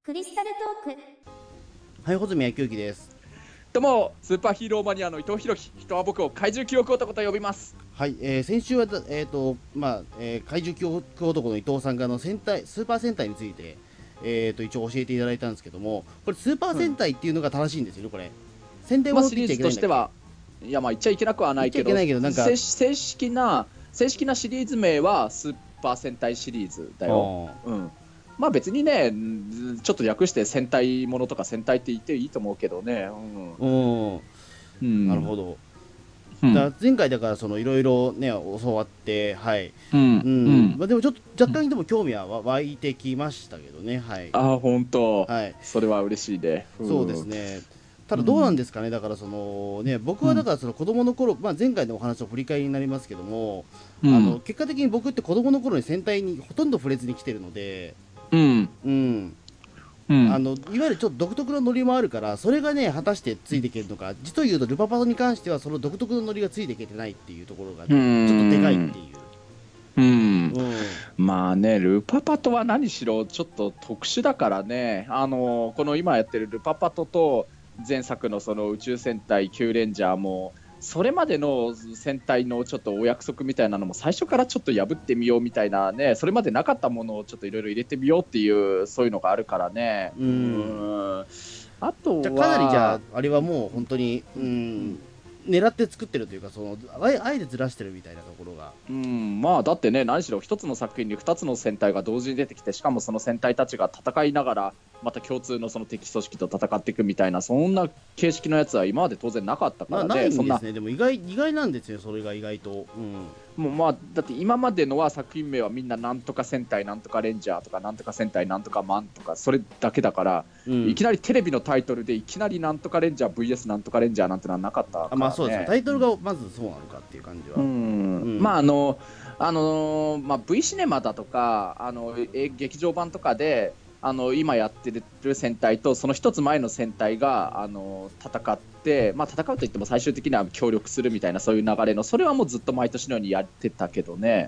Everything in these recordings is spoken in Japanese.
クリスタルトーク。 はい、穂積昭之です。 どうもスーパーヒーローマニアの伊藤博樹、人は僕を怪獣記憶男と呼びます。 はい、先週は怪獣記憶男の伊藤さんがスーパー戦隊について、一応教えていただいたんですけども、これスーパー戦隊っていうのが正しいんですよね、これ。戦隊ものって言っちゃいけないんだっけ。 シリーズとしては、いや言っちゃいけなくはないけど、 なんか正式なシリーズ名はスーパー戦隊シリーズだよ。別にね、ちょっと略して戦隊ものとか戦隊って言っていいと思うけどね。 なるほど。だ前回だからいろいろね教わって、はい。でもちょっと若干でも興味は湧いてきましたけどね、はい。 本当。 はい。 それは嬉しいね。 そうですね。ただどうなんですかね、だから僕はだから子供の頃、前回のお話の振り返りになりますけども、結果的に僕って子供の頃に戦隊にほとんど触れずに来てるので、いわゆるちょっと独特のノリもあるから、それがね果たしてついていけるのか、実を言うとルパパトに関してはその独特のノリがついていけてないっていうところがちょっとでかいっていう。 まあね、ルパパトは何しろちょっと特殊だからね。この今やってるルパパトと前作のその宇宙戦隊キューレンジャーも、それまでの戦隊のちょっとお約束みたいなのも最初からちょっと破ってみようみたいなね、それまでなかったものをちょっといろいろ入れてみようっていう、そういうのがあるからね。あとはじゃあかなり、じゃああれはもう本当に狙って作ってるというか、あえてずらしてるみたいなところが。 だってね、何しろ一つの作品に2つの戦隊が同時に出てきて、しかもその戦隊たちが戦いながらまた共通のその敵組織と戦っていくみたいな、そんな形式のやつは今まで当然なかったからね。 ないんですね。でも意外なんですよ、それが意外と。 もうだって今までのは作品名はみんななんとか戦隊なんとかレンジャーとかなんとか戦隊なんとかマンとかそれだけだから、いきなりテレビのタイトルでいきなりなんとかレンジャー VS なんとかレンジャーなんてのはなかったからね。 そうですね、タイトルがまずそうなのかっていう感じは。 V シネマだとか劇場版とかで今やってる戦隊とその一つ前の戦隊が戦って、戦うといっても最終的には協力するみたいな、そういう流れの、それはもうずっと毎年のようにやってたけどね。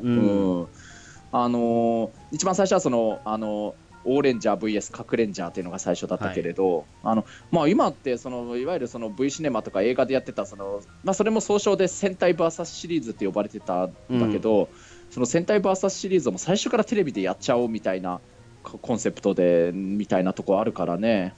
一番最初はオーレンジャー VS 核レンジャーっていうのが最初だったけれど、今っていわゆるV シネマとか映画でやってたそれも総称で戦隊 VS シリーズって呼ばれてたんだけど、その戦隊 VS シリーズも最初からテレビでやっちゃおうみたいなコンセプトでみたいなとこあるからね。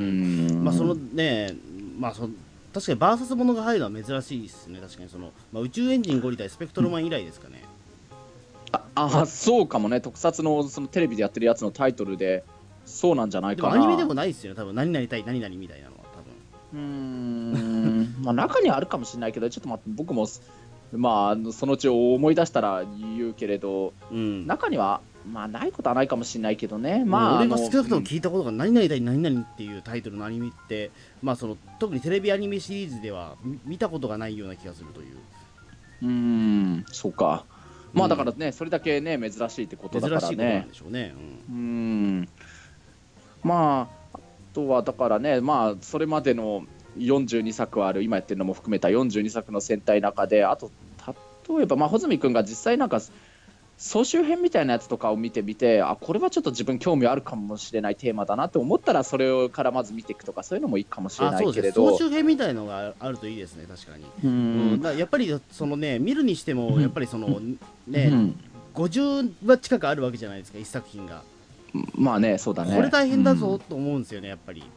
確かにバーサスものが入るのは珍しいですね。確かに宇宙エンジンゴリ対スペクトルマン以来ですかね。 そうかもね。特撮のそのテレビでやってるやつのタイトルでそうなんじゃないかな。 でもアニメでもないですよね、多分。何々対何々みたいなのは多分。 中にはあるかもしれないけど、ちょっと待って、僕もそのうち思い出したら言うけれど、中にはないことはないかもしれないけどね。 俺が少なくとも聞いたことが何々対何々っていうタイトルのアニメって、特にテレビアニメシリーズでは見たことがないような気がするという。 そうか。だからね、それだけね珍しいってことだからね。珍しいことなんでしょうね。あとはだからね、それまでの42作ある、今やってるのも含めた42作の戦隊の中で、あと例えば穂積君が実際なんか総集編みたいなやつとかを見てみて、これはちょっと自分興味あるかもしれないテーマだなって思ったら、それからまず見ていくとか、そういうのもいいかもしれないけれど。 総集編みたいのがあるといいですね、確かに。やっぱり見るにしてもやっぱり50は近くあるわけじゃないですか、一作品が。 そうだね。 これ大変だぞと思うんですよね、やっぱり。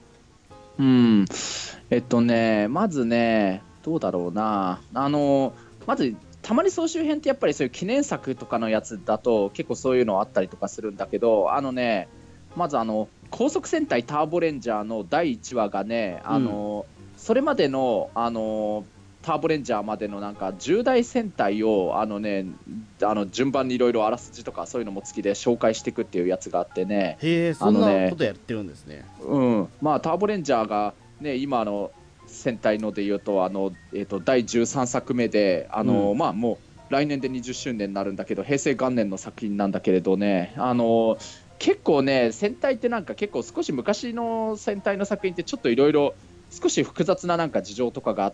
まずね、どうだろうな。まずたまに総集編ってやっぱりそういう記念作とかのやつだと結構そういうのあったりとかするんだけど、まず高速戦隊ターボレンジャーの第1話がね、それまでのターボレンジャーまでのなんか10代戦隊を順番にいろいろあらすじとかそういうのも付きで紹介していくっていうやつがあってね。 へえ、そんなことやってるんですね。 ターボレンジャーがね、今戦隊のでいうと第13作目でもう来年で20周年になるんだけど、平成元年の作品なんだけれどね、結構ね、戦隊ってなんか結構少し昔の戦隊の作品ってちょっといろいろ少し複雑ななんか事情とかがあって、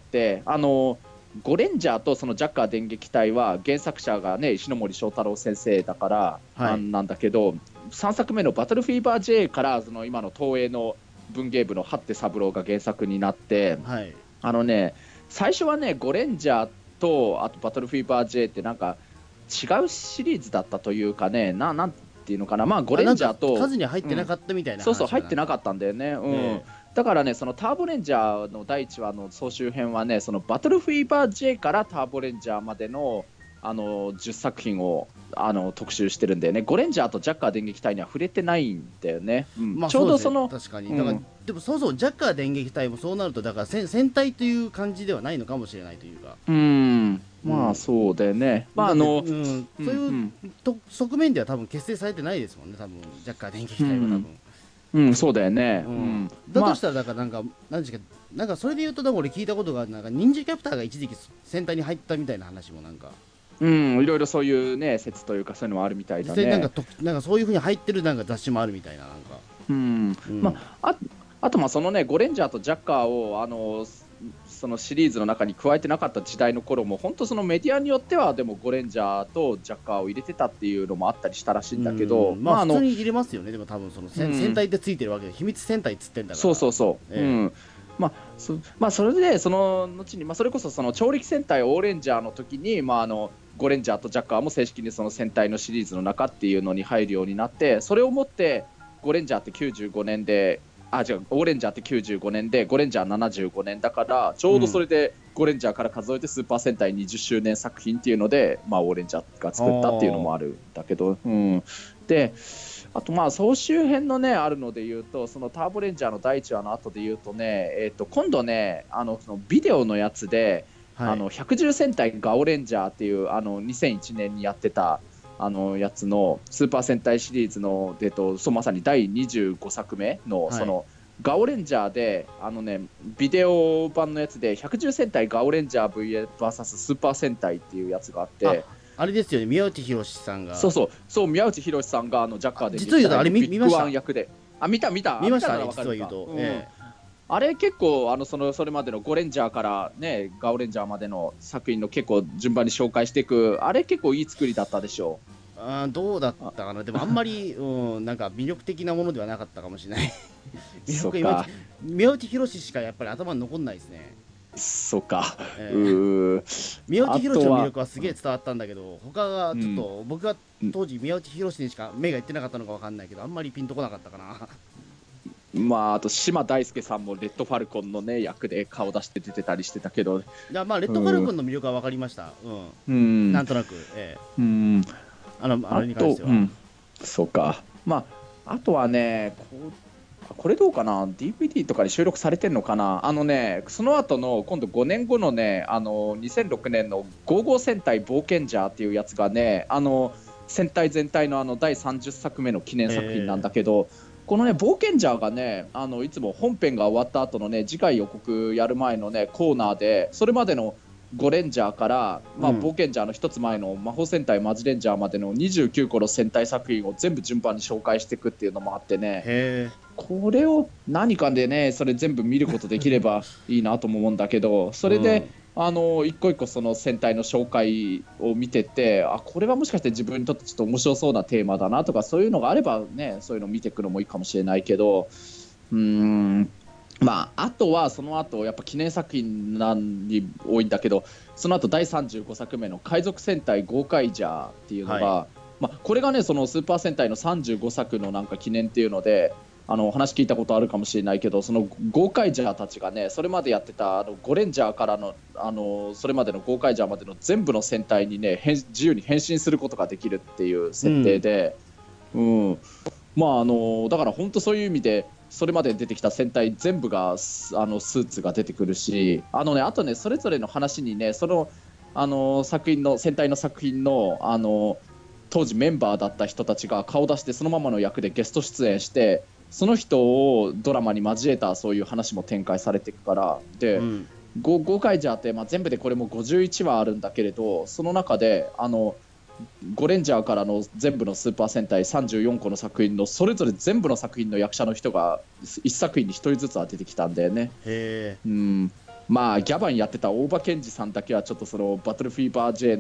ゴレンジャーとそのジャッカー電撃隊は原作者がね石ノ森章太郎先生だから、なんだけど、 3作目のバトルフィーバー J からその今の東映の文芸部の八手三郎が原作になって、 はい、 最初はねゴレンジャーとあとバトルフィーバー J ってなんか違うシリーズだったというかね、なんていうのかな、まあゴレンジャーと数に入ってなかったみたいな話、 そうそう入ってなかったんだよね。だからねそのターボレンジャーの第1話の総集編はね、そのバトルフィーバー J からターボレンジャーまでの10作品を特集してるんだよね。ゴレンジャーとジャッカー電撃隊には触れてないんだよね。 まあ、 ちょうどその確かにだから、でもそうそうジャッカー電撃隊もそうなるとだから戦隊という感じではないのかもしれないというか、 まあそうだよね。まあそういう側面では多分結成されてないですもんね、多分ジャッカー電撃隊は多分。そうだよね。 だとしたらだからなんかそれで言うと俺聞いたことがなんか忍者キャプターが一時期戦隊に入ったみたいな話もなんか。 いろいろそういうね説というかそういうのもあるみたいだね。 なんかそういう風に入ってるなんか雑誌もあるみたいななんか。 あとそのねゴレンジャーとジャッカーをそのシリーズの中に加えてなかった時代の頃も本当そのメディアによってはでもゴレンジャーとジャッカーを入れてたっていうのもあったりしたらしいんだけど、 まあ普通に入れますよね。でも多分その戦隊ってついてるわけで秘密戦隊っつってんだから。 そう。それでその後に、それこそその超力戦隊オーレンジャーの時に、ゴレンジャーとジャッカーも正式にその戦隊のシリーズの中っていうのに入るようになって、それをもってゴレンジャーって95年でオーレンジャーって95年でゴレンジャー75年だからちょうどそれでゴレンジャーから数えてスーパー戦隊20周年作品っていうので、オーレンジャーが作ったっていうのもあるんだけど、であと総集編のねあるので言うと、そのターボレンジャーの第1話の後で言うとね、今度ねそのビデオのやつで、110戦隊ガオレンジャーっていう2001年にやってたやつのスーパー戦隊シリーズのまさに第25作目のそのガオレンジャーでビデオ版のやつで110戦隊ガオレンジャー VS スーパー戦隊っていうやつがあって、 あれですよね、宮内浩さんが。 そう宮内浩さんがジャッカーで実は言うとあれ見ました。 役で見ましたね。実は言うと、あれ結構それまでのゴレンジャーからねガオレンジャーまでの作品の結構順番に紹介していく、あれ結構いい作りだったでしょう。 どうだったかな。でもあんまりなんか魅力的なものではなかったかもしれない。宮内浩しかやっぱり頭に残んないですね。 そうか、 宮内浩の魅力はすげえ伝わったんだけど、他がちょっと、僕が当時宮内浩にしか目がいってなかったのか分かんないけど、あんまりピンとこなかったかな。 あと島大輔さんもレッドファルコンのね役で顔出して出てたりしてたけど、 いやレッドファルコンの魅力は分かりました。なんとなく、あれに関しては、 そうか。あとはねこれどうかな、 DVD とかに収録されてるのかな。その後の今度5年後のね2006年の55戦隊冒険者っていうやつがね戦隊全体の第30作目の記念作品なんだけど、このね冒険者がねいつも本編が終わった後のね次回予告やる前のねコーナーでそれまでのゴレンジャーから、冒険者の一つ前の魔法戦隊マジレンジャーまでの29個の戦隊作品を全部順番に紹介していくっていうのもあってね、これを何かでねそれ全部見ることできればいいなとも思うんだけど、それで、一個一個その戦隊の紹介を見てて、これはもしかして自分にとってちょっと面白そうなテーマだなとかそういうのがあればね、そういうのを見ていくのもいいかもしれないけど、あとはその後やっぱ記念作品に多いんだけど、その後第35作目の海賊戦隊ゴーカイジャーっていうのが、これがねそのスーパー戦隊の35作のなんか記念っていうので話聞いたことあるかもしれないけど、そのゴーカイジャーたちがねそれまでやってたゴレンジャーからのそれまでのゴーカイジャーまでの全部の戦隊にね自由に変身することができるっていう設定で、だから本当そういう意味でそれまで出てきた戦隊全部がスーツが出てくるし、あとねそれぞれの話にねその作品の戦隊の作品の当時メンバーだった人たちが顔出してそのままの役でゲスト出演して、その人をドラマに交えたそういう話も展開されていくからで、ゴーカイジャーって、全部でこれも51話あるんだけれど、その中でゴレンジャーからの全部のスーパー戦隊34個の作品のそれぞれ全部の作品の役者の人が1作品に1人ずつは出てきたんだよね。ギャバンやってた大場健二さんだけはちょっとそのバトルフィーバー J の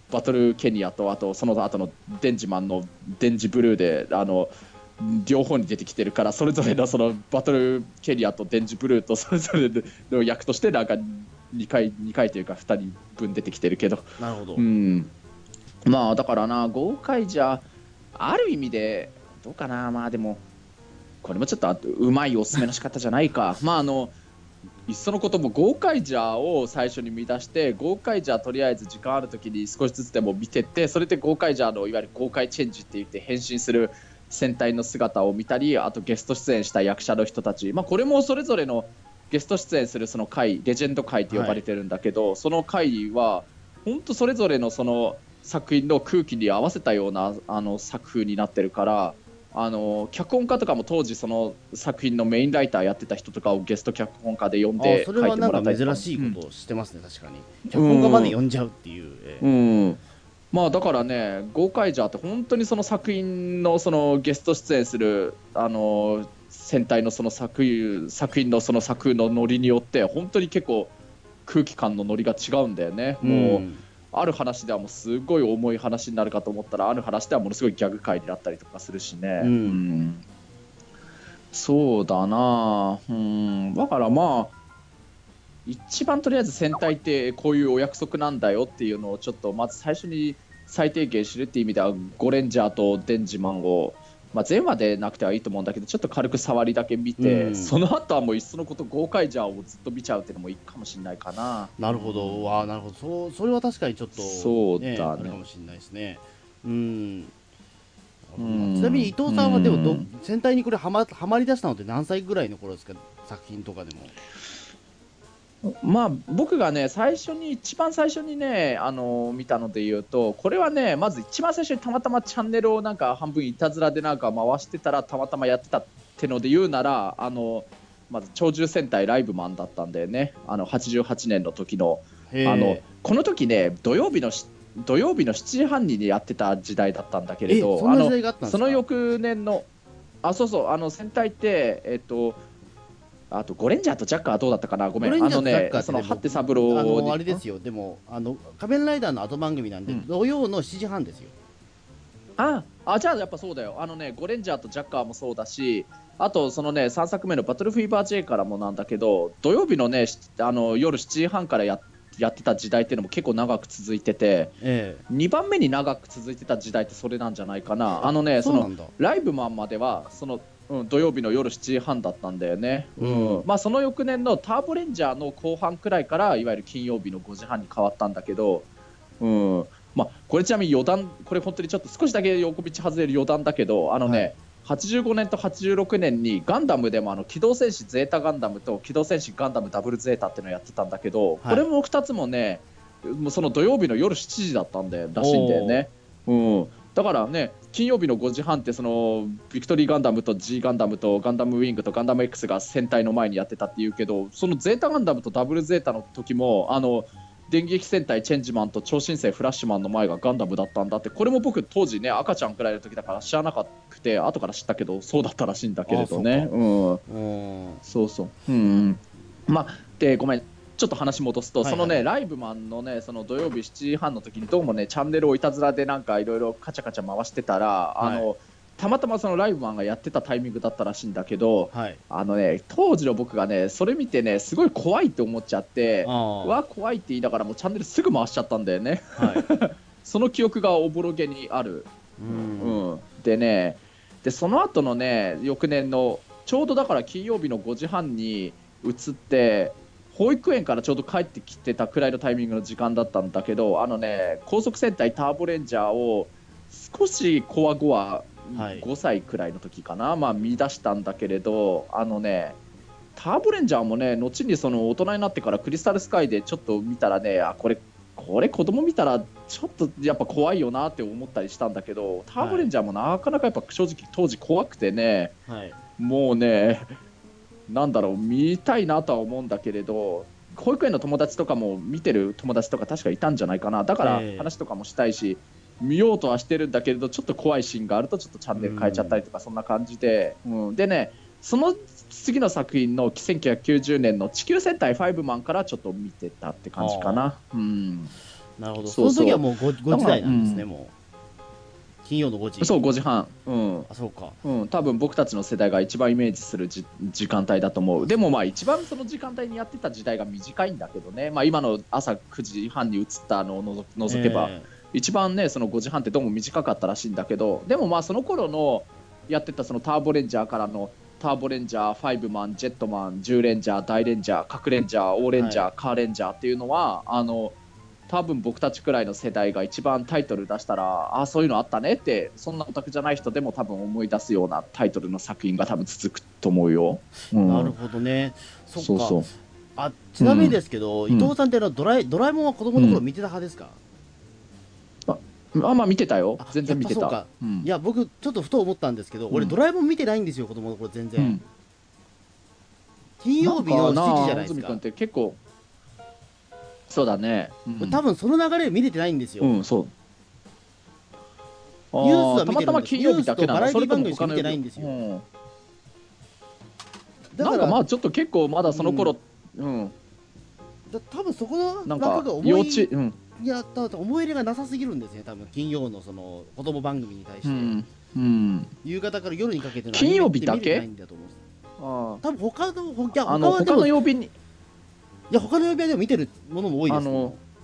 バトルケニアとあとその後のデンジマンのデンジブルーで両方に出てきてるから、それぞれのそのバトルケニアとデンジブルーとそれぞれの役としてなんか2回というか2人分出てきてるけど、 なるほど、 うん、まあだからな、豪快じゃある意味でどうかな。まあでもこれもちょっとうまいおすすめの仕方じゃないか。まあいっそのこともゴーカイジャーを最初に見出して、ゴーカイジャーとりあえず時間ある時に少しずつでも見てって、それでゴーカイジャーのいわゆるゴーカイチェンジって言って変身する戦隊の姿を見たり、あとゲスト出演した役者の人たち、まあ、これもそれぞれのゲスト出演するその回、レジェンド回って呼ばれてるんだけど、その回は本当それぞれのその作品の空気に合わせたような作風になってるから、脚本家とかも当時その作品のメインライターやってた人とかをゲスト脚本家で呼んでそれはなんか珍しいことをしてますね、確かに脚本家まで呼んじゃうっていう、 まあだからね、ゴーカイジャーって本当にその作品のそのゲスト出演する戦隊のその作品のその作のノリによって本当に結構空気感のノリが違うんだよね。もうある話ではもうすごい重い話になるかと思ったら、ある話ではものすごいギャグ回になったりとかするしね、そうだな、だからまあ一番とりあえず戦隊ってこういうお約束なんだよっていうのをちょっとまず最初に最低限知るっていう意味では、ゴレンジャーとデンジマンを、まあ、全話でなくてはいいと思うんだけど、ちょっと軽く触りだけ見て、その後はもういっそのことゴーカイジャーをずっと見ちゃうっていうのもいいかもしれないかな。 なるほど、なるほど、それは確かにちょっと、 そうだね、 あるかもしれないですね。ちなみに伊藤さんはでも戦隊にこれハマりだしたのって何歳ぐらいの頃ですか、作品とかでも。 まあ僕がね一番最初にね見たので言うと、これはねまず一番最初にたまたまチャンネルをなんか半分いたずらでなんか回してたらたまたまやってたってので言うなら、まず超獣戦隊ライブマンだったんだよね。88年の時のこの時ね土曜日の7時半にやってた時代だったんだけれど、その翌年のそうそう戦隊ってあとゴレンジャーとジャッカーはどうだったかな、ごめん、そのハッテ三郎あれですよ、でも仮面ライダーの後番組なんで、土曜の7時半ですよ。 じゃあやっぱそうだよ。ゴレンジャーとジャッカーもそうだし、あとそのね3作目のバトルフィーバー J からもなんだけど、土曜日のね夜7時半からやってた時代っていうのも結構長く続いてて、2番目に長く続いてた時代ってそれなんじゃないかな。そのライブマンまではその土曜日の夜7時半だったんだよね。まあその翌年のターボレンジャーの後半くらいからいわゆる金曜日の5時半に変わったんだけど、まあこれちなみに余談、これ本当にちょっと少しだけ横道外れる余談だけど、85年と86年にガンダムでも機動戦士ゼータガンダムと機動戦士ガンダムダブルゼータっていうのをやってたんだけど、これも2つもねもうその土曜日の夜7時だったんでらしいんだよね。だからね金曜日の5時半ってそのビクトリーガンダムと G ガンダムとガンダムウィングとガンダム X が戦隊の前にやってたっていうけど、そのゼータガンダムとダブルゼータの時も電撃戦隊チェンジマンと超新星フラッシュマンの前がガンダムだったんだって、これも僕当時ね赤ちゃんくらいの時だから知らなくて後から知ったけどそうだったらしいんだけれどね。そうそう、まあでごめんちょっと話戻すと、そのねライブマンのねその土曜日7時半の時にどうもねチャンネルをいたずらでなんかいろいろカチャカチャ回してたら、たまたまそのライブマンがやってたタイミングだったらしいんだけど、当時の僕がねそれ見てねすごい怖いって思っちゃって、怖いって言いながらもチャンネルすぐ回しちゃったんだよね。その記憶がおぼろげにある。でねその後のね翌年のちょうどだから金曜日の5時半に移って保育園からちょうど帰ってきてたくらいのタイミングの時間だったんだけど、高速戦隊ターボレンジャーを少しこわごわ5歳くらいの時かな、見出したんだけれど、ターボレンジャーもね後にその大人になってからクリスタルスカイでちょっと見たらねこれ子供見たらちょっとやっぱ怖いよなって思ったりしたんだけど、ターボレンジャーもなかなかやっぱ正直当時怖くてね、もうねなんだろう見たいなとは思うんだけれど、保育園の友達とかも見てる友達とか確かいたんじゃないかな。だから話とかもしたいし、見ようとはしてるんだけれどちょっと怖いシーンがあるとちょっとチャンネル変えちゃったりとかそんな感じで、でねその次の作品の1990年の地球戦隊ファイブマンからちょっと見てたって感じかな。 なるほど。そそうそうの時はもう 5時台なんですね、 うんもう。金曜の5時。 そう、5時半。うん。 あ、そうか。 うん、多分僕たちの世代が一番イメージする時間帯だと思う。でもまあ一番その時間帯にやってた時代が短いんだけどね、まあ、今の朝9時半に移ったのを除けば、一番ねその5時半ってどうも短かったらしいんだけど、でもまあその頃のやってたそのターボレンジャーからのターボレンジャー、ファイブマン、ジェットマン、10レンジャー、大レンジャー、核レンジャー、オーレンジャー、 はい、 カーレンジャーっていうのは多分僕たちくらいの世代が一番タイトル出したら、あ、そういうのあったねって、そんなオタクじゃない人でも多分思い出すようなタイトルの作品が多分続くと思うよ。うん、 なるほどね。そっか。 そうそう。 あ、ちなみにですけど、 うん伊藤さんってドラえもんは子供の頃見てた派ですか？ まあ見てたよ。 あ、 全然見てた。 やっぱそうか。 うんいや、僕、ちょっとふと思ったんですけど、俺、 うんドラえもん見てないんですよ、子供の頃、全然。 うん金曜日のなんかな 7時じあ、 ゃないですか。 穂積君って結構、そうだね。 多分その流れ見れてないんですよ。 うん、そう。 ニュースはたま見てるんです。 たま金曜日だけなの？ ニュースとバラエテそれとィ番組しか見も他の曜日？ てないんですよ。だなんかから、 まあちょっと結構まだその頃、うん多分そこのなんか枠が幼稚、うん、 いや、思い入れがなさすぎるんですね、多分金曜のその子供番組に対して。夕方から夜にかけての金曜日だけ？ アニメって見れてないんだと思うんです。 あ多分他の、いや、 他の曜日に、 いや、他の曜日はでも見てるものも多いです。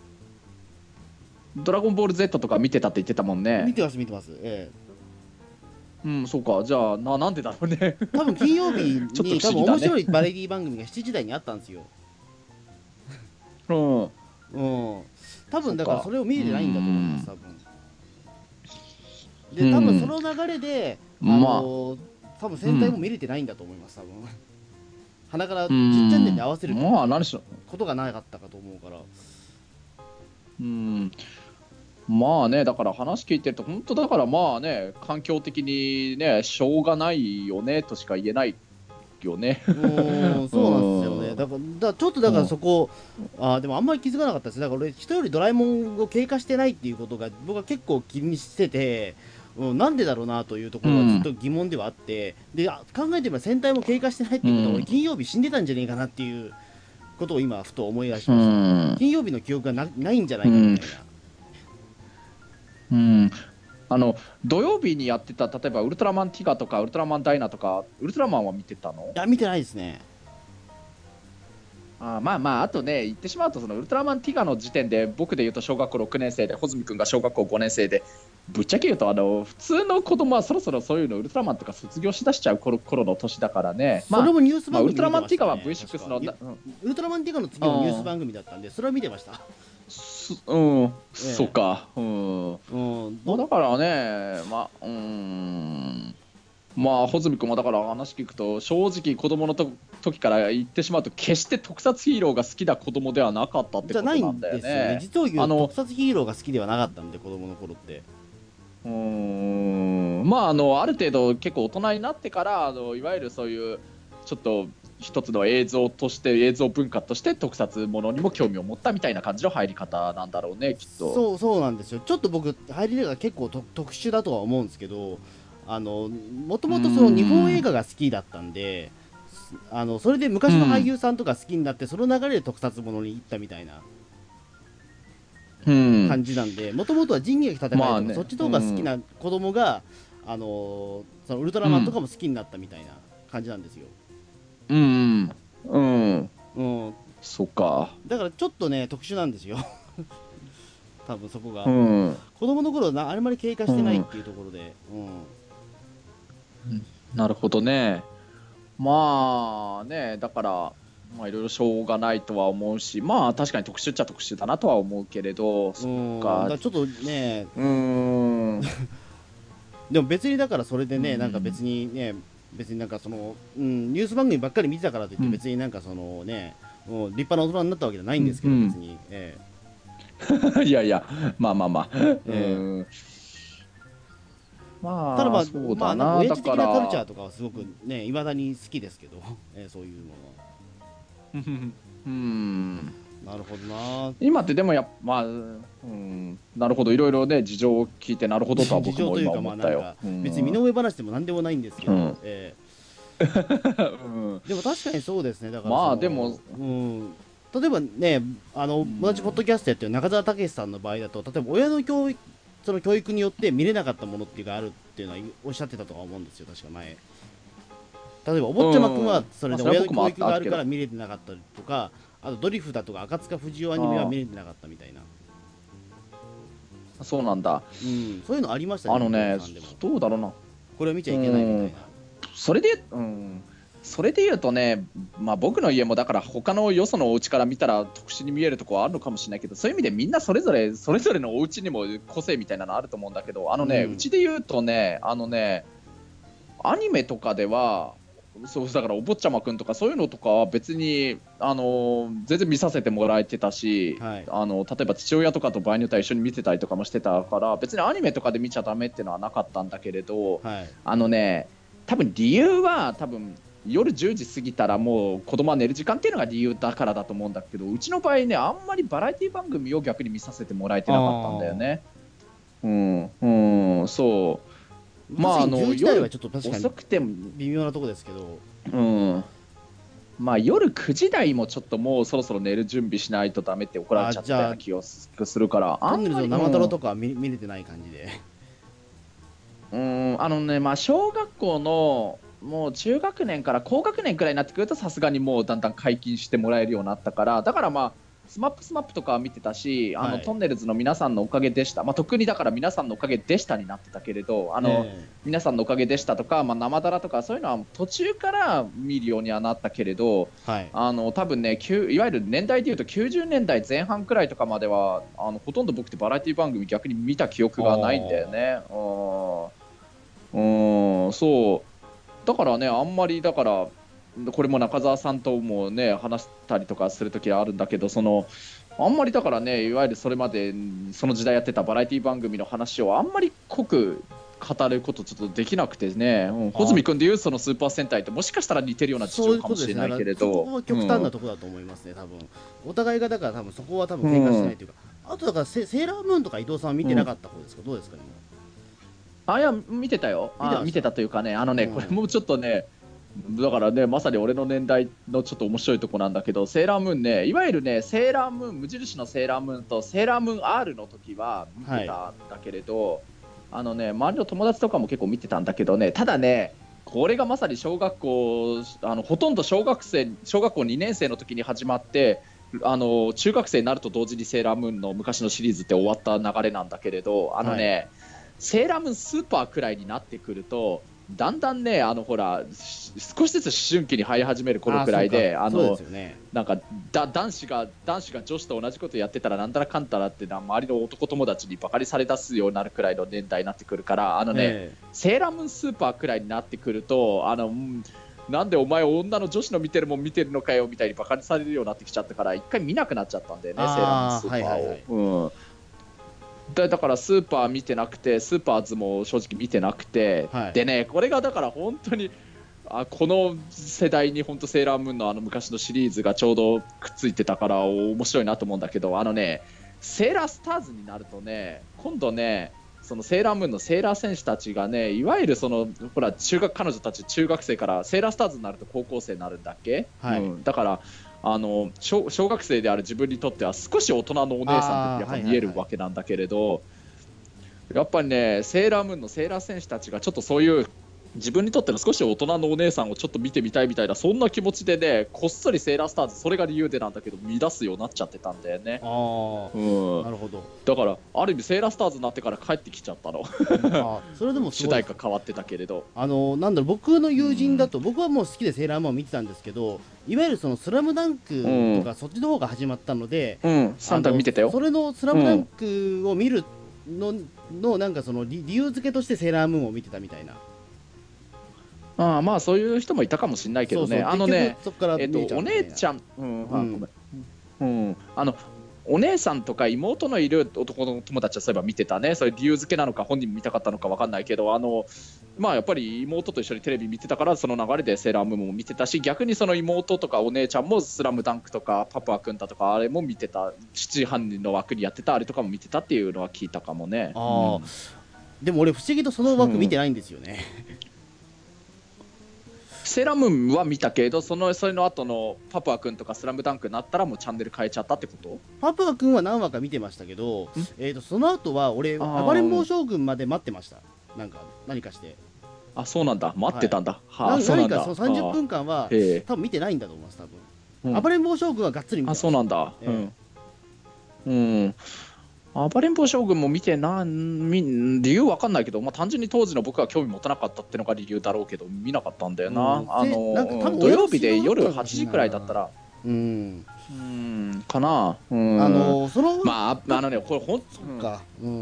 ドラゴンボール Z とか見てたって言ってたもんね。 見てます、見てます。 うん、そうか。じゃあなんでだろうね。 多分金曜日にちょっと不多分思議だね面白いバラエティ番組が7時台にあったんですよ。 うん。 うん。多分だからそれを見れてないんだと思います、多分。で、多分その流れで、多分戦隊も見れてないんだと思います、多分。鼻から10チャンネルで合わせることがなかったかと思うから。 まあね、だから話聞いてると、本当だからまあね、環境的にね、しょうがないよねとしか言えないよね。 そうなんですよね。だからちょっとだからそこ、でもあんまり気づかなかったです。だから俺、人よりドラえもんを経過してないっていうことが、僕は結構気にしてて、なんでだろうなというところはずっと疑問ではあって、で、考えてみれば戦隊も経過してないっていうことは、俺、金曜日死んでたんじゃねえかなっていうことを今、ふと思い出しました。金曜日の記憶がないんじゃないかみたいな。 土曜日にやってた、例えばウルトラマンティガとかウルトラマンダイナとか、ウルトラマンは見てたの？ いや、見てないですね。 まああとね、言ってしまうと、そのウルトラマンティガの時点で、僕で言うと小学校6年生で、穂積君が小学校5年生で、ぶっちゃけ言うと普通の子供はそろそろそういうのウルトラマンとか卒業しだしちゃう頃の年だからね。 それもニュース番組、 ウルトラマンティガは V6 の、 ウルトラマンティガの次のニュース番組だったんで、それは見てました。 そうか。だからね、穂積君もだから話聞くと、正直子供の時から言ってしまうと、決して特撮ヒーローが好きな子供ではなかったってことなんだよね。 じゃないんですよね。実を言うと特撮ヒーローが好きではなかったんで、子供の頃って。 ある程度結構大人になってから、いわゆるそういうちょっと一つの映像文化として特撮ものにも興味を持ったみたいな感じの入り方なんだろうね、きっと。 そうなんですよ。ちょっと僕入りが結構特殊だとは思うんですけど、もともとその日本映画が好きだったんで、それで昔の俳優さんとか好きになって、その流れで特撮ものに行ったみたいな感じなんで、もともとは仁義なき戦いとか、そっちの方が好きな子供が、そのウルトラマンとかも好きになったみたいな感じなんですよ。 そっか。 だからちょっとね、特殊なんですよ。多分そこが。子供の頃あんまり経過してないっていうところで。 なるほどね。まあね、だからいろいろしょうがないとは思うし、まあ確かに特殊っちゃ特殊だなとは思うけれど、そっか。 だちょっとね、でも別にだからそれでね、なんか別になんかその、ニュース番組ばっかり見てたからといって、別になんかそのね、立派な大人になったわけじゃないんですけど、別に。 いやいや、まあ。 ただまあ、 そうだな、 親父的なカルチャーとかはすごくね、いまだに好きですけど、そういうのは。なるほどな。 今ってでもなるほど、いろいろね、事情を聞いて、なるほどとは僕も今思ったよ。 別に身の上話でもなんでもないんですけど、でも確かにそうですね。だからでも、 例えばね、 ん同じポッドキャストやってる中澤武さんの場合だと、例えば親の教育、その教育によって見れなかったものっていうのがあるっていうのはおっしゃってたとは思うんですよ、確か前。例えば、お坊ちゃまくんはそれで親の教育があるから見れてなかったりとか、あとドリフだとか赤塚不二夫アニメは見れてなかったみたいな。 そうなんだ。 うん、そういうのありましたね。 どうだろうな。 これは見ちゃいけないみたいな。 それで言うとね、まあ、僕の家もだから他のよそのお家から見たら特殊に見えるところはあるのかもしれないけど、そういう意味でみんなそれぞれのお家にも個性みたいなのあると思うんだけど、うちで言うとね、アニメとかではそうだからお坊ちゃまくんとかそういうのとかは別に、全然見させてもらえてたし、 はい、 例えば父親とかと場合によっては一緒に見てたりとかもしてたから別にアニメとかで見ちゃダメっていうのはなかったんだけれど、 はい、 多分理由は夜10時過ぎたらもう子供は寝る時間っていうのが理由だからだと思うんだけど、うちの場合ねあんまりバラエティ番組を逆に見させてもらえてなかったんだよね。そう。 まあ10時台はちょっと確かに遅くても微妙なとこですけど、 まあ夜9時台もちょっともうそろそろ寝る準備しないとダメって怒られちゃったような気がするから、 トンネルズの生太郎とかは見れてない感じで。 まあ小学校のもう中学年から高学年くらいになってくるとさすがにもうだんだん解禁してもらえるようになったから、だからまあスマップとかは見てたし、トンネルズの皆さんのおかげでした、まあ、特にだから皆さんのおかげでしたになってたけれど、皆さんのおかげでしたとか、まあ、生だらとかそういうのは途中から見るようにはなったけれど、 はい、 多分ねいわゆる年代でいうと90年代前半くらいとかまではほとんど僕ってバラエティ番組逆に見た記憶がないんだよね。そうだからね、あんまりだからこれも中澤さんともね話したりとかするときはあるんだけど、あんまりだからね、いわゆるそれまでその時代やってたバラエティ番組の話をあんまり濃く語ることちょっとできなくてね、穂積君でいうそのスーパー戦隊ともしかしたら似てるような事情かもしれないけれど、 そこは極端なところだと思いますね、多分お互いがだから多分そこは多分喧嘩しないというか、あとだからセーラームーンとか伊藤さんは見てなかった方ですか、どうですか今。 いや見てたよ。見てたというかね、これもちょっとね、だからねまさに俺の年代のちょっと面白いとこなんだけど、セーラームーンね、いわゆるねセーラームーン無印のセーラームーンとセーラームーン R の時は見てたんだけれど、周りの友達とかも結構見てたんだけどね、ただねこれがまさに小学校ほとんど小学校2年生の時に始まって中学生になると同時にセーラームーンの昔のシリーズって終わった流れなんだけれど、セーラームーンスーパーくらいになってくるとだんだんねほら少しずつ思春期に入り始める頃くらいでなんか男子が女子と同じことやってたらなんだらかんだらって周りの男友達にバカにされ出すようになるくらいの年代になってくるからセーラームーンスーパーくらいになってくるとなんでお前女の女子の見てるもん見てるのかよみたいにバカにされるようになってきちゃったから一回見なくなっちゃったんだよね、セーラームーンスーパーを。だからスーパー見てなくてスーパーズも正直見てなくて、でねこれがだから本当にこの世代に本当セーラームーンの昔のシリーズがちょうどくっついてたから面白いなと思うんだけど、セーラースターズになるとね今度ねそのセーラームーンのセーラー戦士たちがねいわゆるほら彼女たち中学生からセーラースターズになると高校生になるんだっけ、だから小学生である自分にとっては少し大人のお姉さんってやっぱ見えるわけなんだけれど、やっぱりねセーラームーンのセーラー戦士たちがちょっとそういう自分にとっての少し大人のお姉さんをちょっと見てみたいみたいなそんな気持ちでねこっそりセーラースターズそれが理由でなんだけど見出すようになっちゃってたんだよね。 なるほど。 だからある意味セーラースターズになってから帰ってきちゃったのそれでも主題歌変わってたけれど、 なんだろう、僕の友人だと、僕はもう好きでセーラームーンを見てたんですけど、いわゆるそのスラムダンクとかそっちの方が始まったので、 サンタ見てたよ。 それのスラムダンクを見るのなんかその理由付けとしてセーラームーンを見てたみたいな。 まあそういう人もいたかもしれないけどね。お姉ちゃん、お姉さんとか妹のいる男の友達はそういえば見てたね。それ理由付けなのか本人も見たかったのか分かんないけどやっぱり妹と一緒にテレビ見てたからその流れでセーラームーンも見てたし、逆にその妹とかお姉ちゃんもスラムダンクとかパプアくんだとかあれも見てた、7時半の枠にやってたあれとかも見てたっていうのは聞いたかもね。 でも俺不思議とその枠見てないんですよね。 セーラームーンは見たけど、それの後のパプア君とかスラムダンクになったらもうチャンネル変えちゃったってこと？ パプア君は何話か見てましたけど、その後は俺暴れん坊将軍まで待ってました。なんか何かして、 あ、そうなんだ、待ってたんだ、はあ、そうなんだ。 何かその30分間は多分見てないんだと思います、多分。暴れん坊将軍はがっつり見てまあ、 す。 そうなんだ。暴れん坊将軍も見て理由わかんないけど、まあ、単純に当時の僕は興味持たなかったってのが理由だろうけど、見なかったんだよな。土曜日で夜8時くらいだったらかな。 そのまあこれほんか、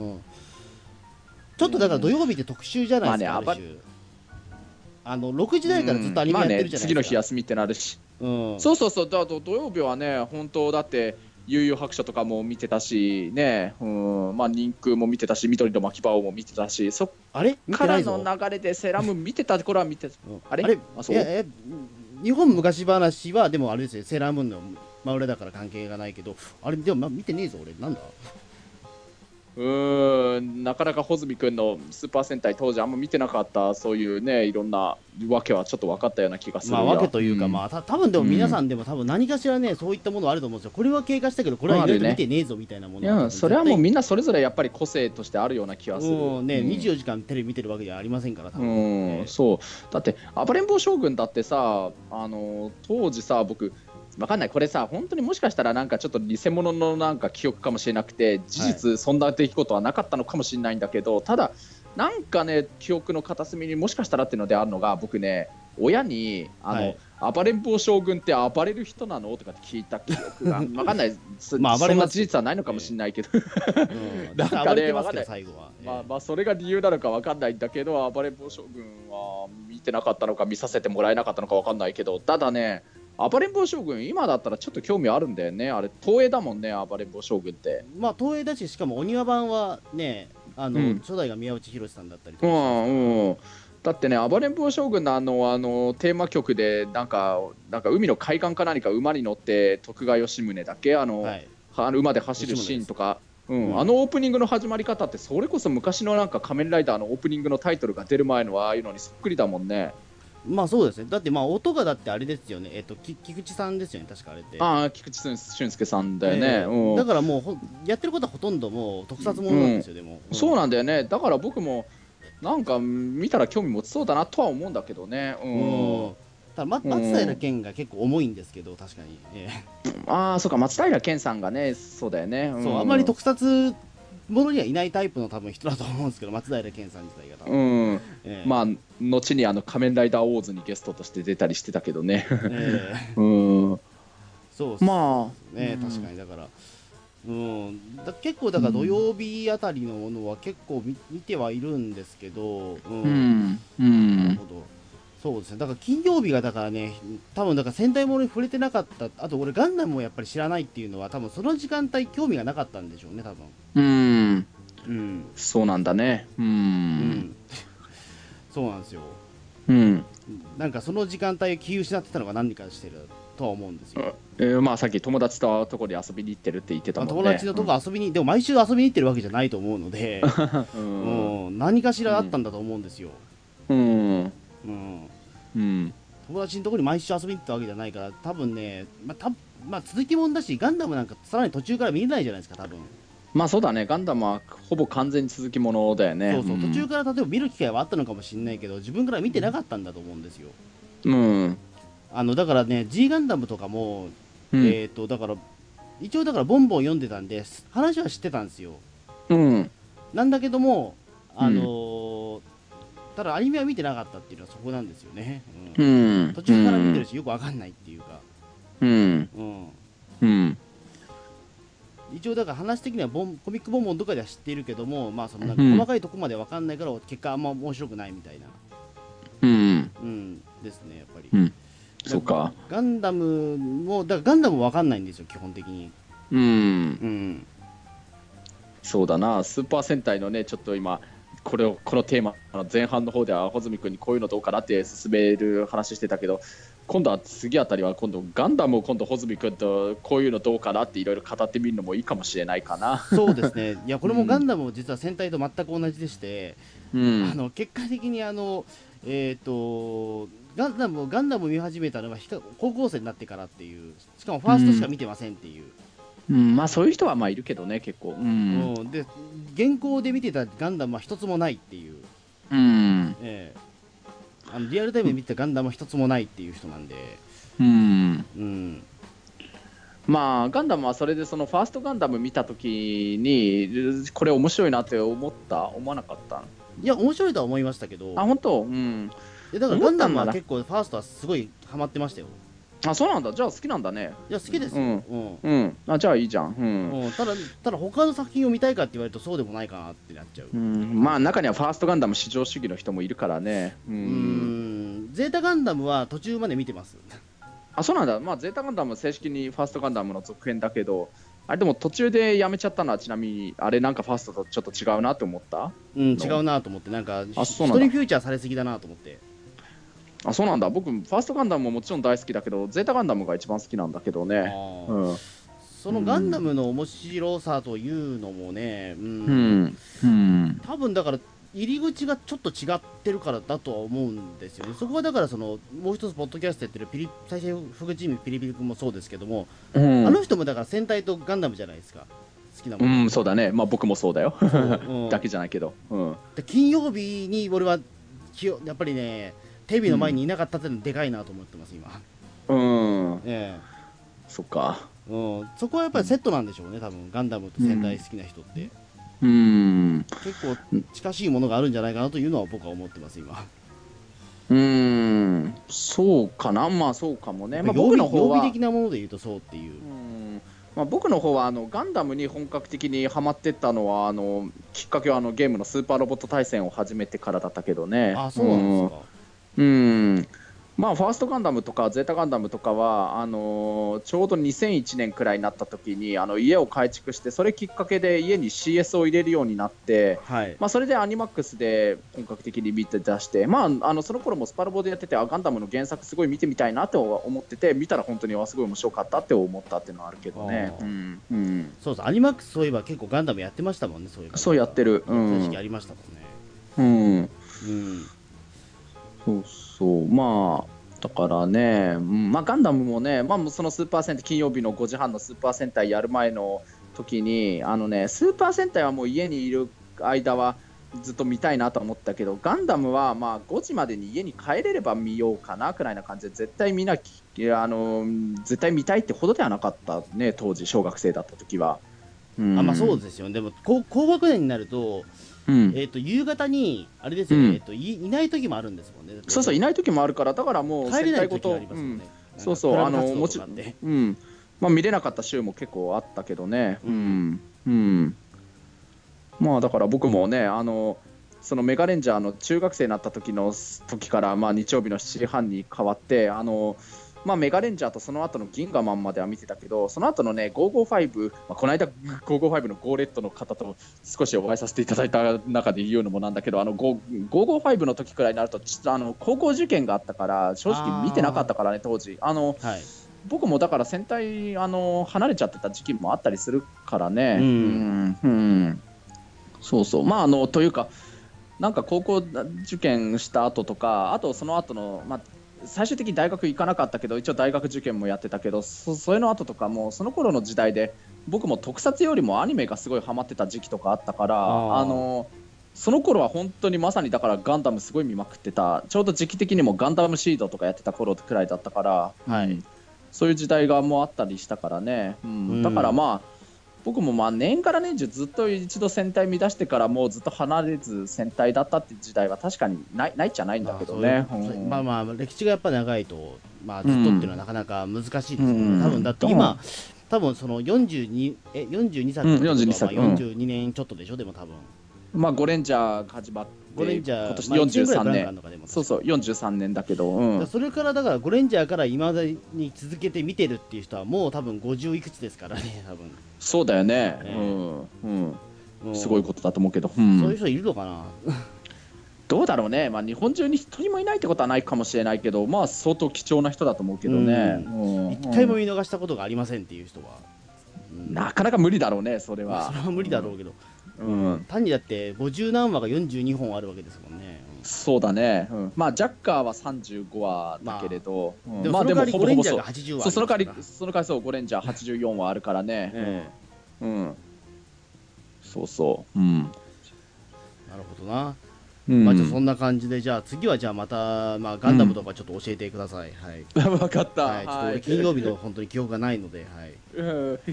ちょっとだから土曜日って特集じゃないですか、ある種6時台からずっとアニメやってるじゃないですか。 次の日休みってなるし、そうそうそう、だと土曜日はね、本当だって悠々白書とかも見てたしね、まあ人空も見てたし、緑の巻き場も見てたし、そっからの流れでセーラームーン見てた頃は見てた。あれ日本昔話はでもあれですよ、セーラームーンの真裏だから関係がないけど、あれでも見てねえぞ俺、なんだ。 なかなか穂積君のスーパー戦隊当時あんま見てなかった、そういうね、いろんなわけはちょっと分かったような気がする。 まあわけというか、まあ多分でも皆さんでも多分何かしらね、そういったものあると思うんですよ。これは経過したけどこれは意外と見てねえぞみたいなもの、 それはもうみんなそれぞれやっぱり個性としてあるような気がする。 24時間テレビ見てるわけじゃありませんから、多分。 そうだって暴れん坊将軍だってさ、当時さ、僕わかんない、これさ本当にもしかしたらなんかちょっと偽物のなんか記憶かもしれなくて、事実そんな出来事はなかったのかもしれないんだけど、ただなんかね、記憶の片隅にもしかしたらっていうのであるのが、僕ね、親に暴れん坊将軍って暴れる人なのとかって聞いた記憶がわかんない、そんな事実はないのかもしれないけど、なんかね、わかんない、まあそれが理由なのかわかんないんだけど、暴れん坊将軍は見てなかったのか見させてもらえなかったのかわかんないけど、ただね、暴れん坊将軍今だったらちょっと興味あるんだよね。あれ東映だもんね、暴れん坊将軍って。 まあ東映だし、しかもお庭版はね、初代が宮内浩さんだったりとか、 だってね、暴れん坊将軍のテーマ曲でなんか海の海岸か何か馬に乗って徳川吉宗だっけ、馬で走るシーンとか、オープニングの始まり方ってそれこそ昔のなんか仮面ライダーのオープニングのタイトルが出る前のああいうのにそっくりだもんね。 まあそうですね。だってまあ音がだってあれですよね。菊池さんですよね。確かあれって。 菊池俊介さんだよね。 だからもうやってることはほとんどもう特撮ものなんですよ。でも。 そうなんだよね。だから僕もなんか見たら興味持ちそうだなとは思うんだけどね。 ただ松平健が結構重いんですけど、確かに。 そうか、松平健さんがね、そうだよね。 そう、あんまり特撮ものにはいないタイプの多分人だと思うんですけど、松平健さん自体が多分。 まあ後に仮面ライダーオーズにゲストとして出たりしてたけどね。 そうまあね、確かにだから。結構だから土曜日あたりのものは結構見てはいるんですけど、なるほど。そうですね。だから金曜日がだからね、多分だから戦隊ものに触れてなかった。あと俺ガンダムもやっぱり知らないっていうのは多分その時間帯興味がなかったんでしょうね、多分。 そうなんだね。 そうなんですよ。なんかその時間帯を気失ってたのが何かしてるとは思うんですよ。 まあさっき友達ととこに遊びに行ってるって言ってたもんね。 友達のとこ遊びに、でも毎週遊びに行ってるわけじゃないと思うので、何かしらあったんだと思うんですよ。友達のところに毎週遊びに行ったわけじゃないから、多分ね、まあ続きもんだし、ガンダムなんかさらに途中から見れないじゃないですか、多分。 まあそうだね、ガンダムはほぼ完全に続きものだよね。 そうそう、途中から例えば見る機会はあったのかもしれないけど、自分から見てなかったんだと思うんですよ。だからね、G ガンダムとかも、だから、一応だからボンボン読んでたんで、話は知ってたんですよ。なんだけども、ただアニメは見てなかったっていうのはそこなんですよね。途中から見てるし、よくわかんないっていうか。一応だから話的にはコミックボンボンとかでは知っているけども、まあそのなんか細かいとこまでわかんないから結果あんま面白くないみたいな。ですね、やっぱり。 そうか。 ガンダムもだからガンダムもわかんないんですよ、基本的に。 そうだな、スーパー戦隊のね、ちょっと今このテーマの前半の方では穂積君にこういうのどうかなって進める話してたけど、今度は次あたりは今度ガンダムを今度穂積君とこういうのどうかなっていろいろ語ってみるのもいいかもしれないかな。 そうですね。いやこれもガンダムも実は戦隊と全く同じでして、結果的にガンダム見始めたのは高校生になってからっていう、しかもファーストしか見てませんっていう、 まあそういう人はまあいるけどね、結構。 で現行で見てたガンダムは一つもないっていう、リアルタイムで見てたガンダムは一つもないっていう人なんで、 まあガンダムはそれでそのファーストガンダム見た時にこれ面白いなって思わなかった？ いや面白いとは思いましたけど。 本当？ だからガンダムは結構ファーストはすごいハマってましたよ。 そうなんだ。じゃあ好きなんだね。 いや好きですよ。 じゃあいいじゃん。 ただ他の作品を見たいかって言われるとそうでもないかなってなっちゃう。 まあ中にはファーストガンダム至上主義の人もいるからね。 ゼータガンダムは途中まで見てます。 そうなんだ。まあゼータガンダムは正式にファーストガンダムの続編だけど、あれでも途中でやめちゃったのはちなみにあれなんかファーストとちょっと違うなって思った？ 違うなと思って、なんか人にフューチャーされすぎだなと思って。 そうなんだ。僕ファーストガンダムももちろん大好きだけど、ゼータガンダムが一番好きなんだけどね。 そのガンダムの面白さというのもね、多分だから入り口がちょっと違ってるからだとは思うんですよね。そこはだからもう一つポッドキャストやってる最初フグチームピリピリ君もそうですけども、あの人もだから戦隊とガンダムじゃないですか、好きなもの。 そうだね。まあ僕もそうだよ。だけじゃないけど。 で金曜日に俺はやっぱりねテレビの前にいなかったってのはでかいなと思ってます今。 そっか。 そこはやっぱりセットなんでしょうね、多分ガンダムと戦隊好きな人って。結構近しいものがあるんじゃないかなというのは僕は思ってます今。 そうかな。まあそうかもね。 僕の方は曜日的なもので言うとそうっていう。 僕の方はガンダムに本格的にハマってったのはきっかけはゲームのスーパーロボット対戦を始めてからだったけどね。 そうなんですか。 まあファーストガンダムとかゼータガンダムとかはちょうど2001年くらいになった時に家を改築して、それきっかけで家に CS を入れるようになって、それでアニマックスで本格的に見て出して、その頃もスパロボでやっててガンダムの原作すごい見てみたいなと思ってて、見たら本当にすごい面白かったって思ったっていうのはあるけどね。 そうそう、アニマックスそういえば結構ガンダムやってましたもんね。 そうやってる。 確かありましたもんね。 そうまあだからね、ガンダムもね、そのスーパー戦隊金曜日の5時半のスーパー戦隊やる前の時にスーパー戦隊はもう家にいる間はずっと見たいなと思ったけど、ガンダムは5時までに家に帰れれば見ようかなくらいな感じで、絶対絶対見たいってほどではなかったね、当時小学生だった時は。 そうですよね。でも高学年になると夕方にあれですよね、いない時もあるんですもんね。 そういない時もあるから、だからもう帰れない時がありますよね。 もちろん見れなかった週も結構あったけどね。だから僕もねそのメガレンジャーの中学生になった時から日曜日の7時半に変わってメガレンジャーとその後のギンガマンまでは見てたけど、その後のね555、この間555のゴーレットの方と少しお会いさせていただいた中で言うのもなんだけど、555の時くらいになると高校受験があったから正直見てなかったからね当時。僕もだから戦隊離れちゃってた時期もあったりするからね。そうというかなんか高校受験した後とか、あとその後の最終的に大学行かなかったけど一応大学受験もやってたけど、それの後とかもその頃の時代で僕も特撮よりもアニメがすごいハマってた時期とかあったから、その頃は本当にまさにだからガンダムすごい見まくってた、ちょうど時期的にもガンダムシードとかやってた頃くらいだったから、そういう時代がもうあったりしたからね。だから僕も年から年中ずっと一度戦隊見出してからもうずっと離れず戦隊だったって時代は確かにないっちゃないんだけどね。 歴史がやっぱ長いとずっとっていうのはなかなか難しいですよね。多分だって今その42作ってことは42年ちょっとでしょ。でも多分ゴレンジャーが始まってゴレンジャー今年43年、そう43年だけど、 それからだからゴレンジャーから今までに続けて見てるっていう人はもう多分50いくつですからね多分。 そうだよね。すごいことだと思うけど、 そういう人いるのかな。 どうだろうね。日本中に一人もいないってことはないかもしれないけど、相当貴重な人だと思うけどね。 一回も見逃したことがありませんっていう人はなかなか無理だろうね。それは無理だろうけど、単にだって50何話が42本あるわけですもんね。 そうだね、まあジャッカーは35話だけれど、 でもその代わりゴレンジャーが80話ありますから。 その代わりそうゴレンジャー84話あるからね、そうそう、なるほどな。まあじゃあそんな感じで、じゃあ次はじゃあまた、まあ、ガンダムとかちょっと教えてください。はい。 分かった。 はい。ちょっと俺金曜日の本当に記憶がないので、はい。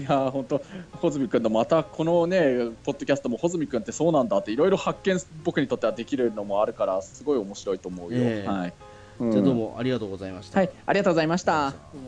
いや本当穂積君のまたこのねポッドキャストも穂積君ってそうなんだっていろいろ発見僕にとってはできるのもあるからすごい面白いと思うよ。はい。 じゃあどうもありがとうございました。 はい、ありがとうございました。